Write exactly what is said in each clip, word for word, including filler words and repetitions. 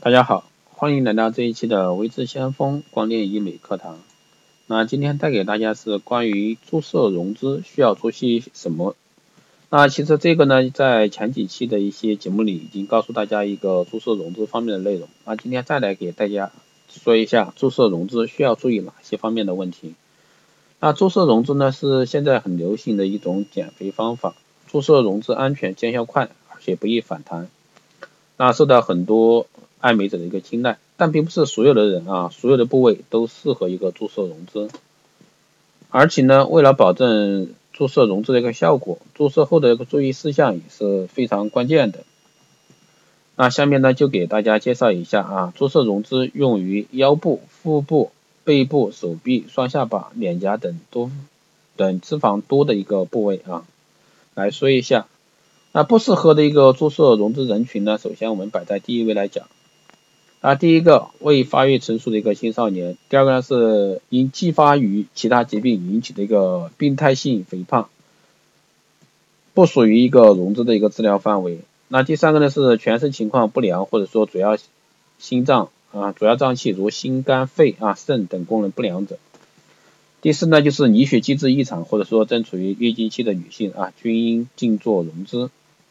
大家好，欢迎来到这一期的微知先锋光电医美课堂。那今天带给大家是关于注射溶脂需要做些什么。那其实这个呢，在前几期的一些节目里已经告诉大家一个注射溶脂方面的内容。那今天再来给大家说一下注射溶脂需要注意哪些方面的问题。那注射溶脂呢是现在很流行的一种减肥方法，注射溶脂安全、见效快，而且不易反弹。那受到很多爱美者的一个青睐，但并不是所有的人啊，所有的部位都适合一个注射溶脂。而且呢，为了保证注射溶脂的一个效果，注射后的一个注意事项也是非常关键的。那下面呢，就给大家介绍一下啊，注射溶脂用于腰部、腹部、背部、手臂、双下巴、脸颊等多等脂肪多的一个部位啊，来说一下。那不适合的一个注射溶脂人群呢，首先我们摆在第一位来讲。那第一个，未发育成熟的一个青少年，第二个呢是因继发于其他疾病引起的一个病态性肥胖，不属于一个溶脂的一个治疗范围。那第三个呢是全身情况不良，或者说主要心脏啊主要脏器如心肝肺啊肾等功能不良者。第四呢就是凝血机制异常，或者说正处于月经期的女性啊均应禁做溶脂。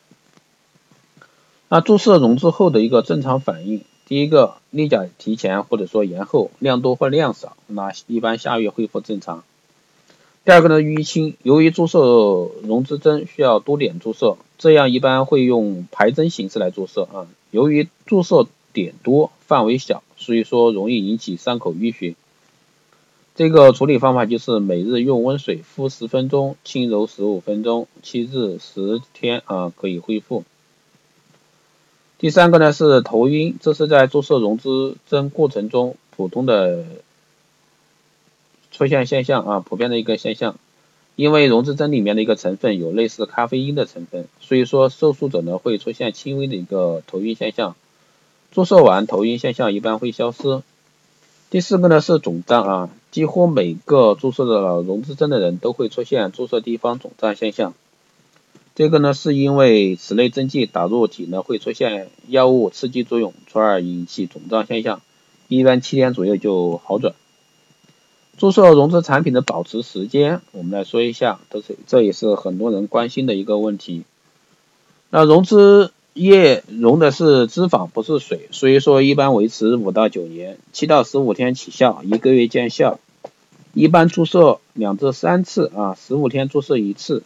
那注射溶脂后的一个正常反应，第一个，例假提前或者说延后，量多或量少，那一般下月恢复正常。第二个呢，淤青，由于注射溶脂针需要多点注射，这样一般会用排针形式来注射啊。由于注射点多，范围小，所以说容易引起伤口淤血。这个处理方法就是每日用温水敷十分钟，轻揉十五分钟，七日十天啊可以恢复。第三个呢是头晕，这是在注射溶脂针过程中普通的出现现象啊，普遍的一个现象。因为溶脂针里面的一个成分有类似咖啡因的成分，所以说受术者呢会出现轻微的一个头晕现象。注射完头晕现象一般会消失。第四个呢是肿胀啊，几乎每个注射了溶脂针的人都会出现注射地方肿胀现象。这个呢是因为此类针剂打入体呢会出现药物刺激作用，从而引起肿胀现象，一般七天左右就好转。注射溶脂产品的保持时间，我们来说一下，这是这也是很多人关心的一个问题。那溶脂液溶的是脂肪，不是水，所以说一般维持五到九年，七到十五天起效，一个月见效。一般注射两至三次啊，十五天注射一次。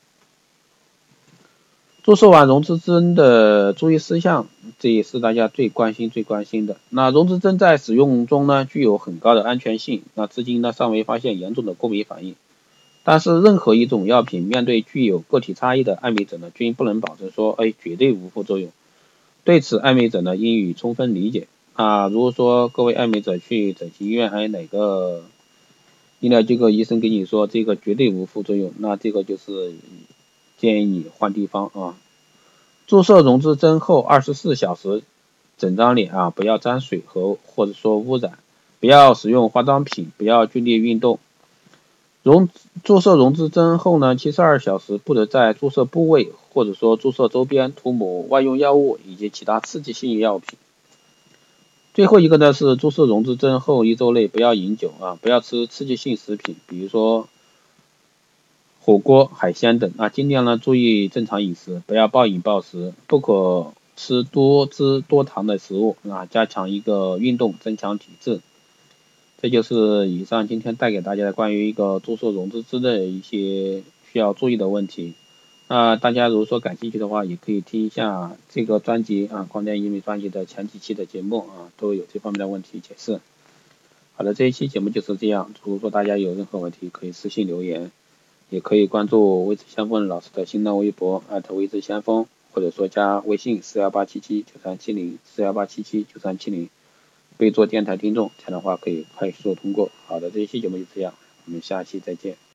注射完溶脂针的注意事项，这也是大家最关心最关心的。那溶脂针在使用中呢，具有很高的安全性，那至今呢尚未发现严重的过敏反应。但是任何一种药品面对具有个体差异的爱美者呢，均不能保证说，哎，绝对无副作用。对此，爱美者呢应予充分理解。啊，如果说各位爱美者去整形医院，哎，哪个医疗机构医生跟你说这个绝对无副作用，那这个就是建议你换地方啊。注射溶脂针后二十四小时，整张脸啊不要沾水和或者说污染，不要使用化妆品，不要剧烈运动。溶注射溶脂针后呢，七十二小时不得在注射部位或者说注射周边涂抹外用药物以及其他刺激性药品。最后一个呢是注射溶脂针后一周内不要饮酒啊，不要吃刺激性食品，比如说火锅、海鲜等啊，尽量呢注意正常饮食，不要暴饮暴食，不可吃多脂多糖的食物啊，加强一个运动，增强体质。这就是以上今天带给大家的关于一个注射溶脂针的一些需要注意的问题。那大家如果说感兴趣的话，也可以听一下这个专辑啊，光电医美专辑的前几期的节目啊，都有这方面的问题解释。好的，这一期节目就是这样。如果说大家有任何问题，可以私信留言。也可以关注微知先锋老师的新浪微博艾特微知先锋，或者说加微信四幺八七七九三七零四幺八七七九三七零，备注电台听众，这样的话可以快速通过。好的，这一期节目就这样，我们下期再见。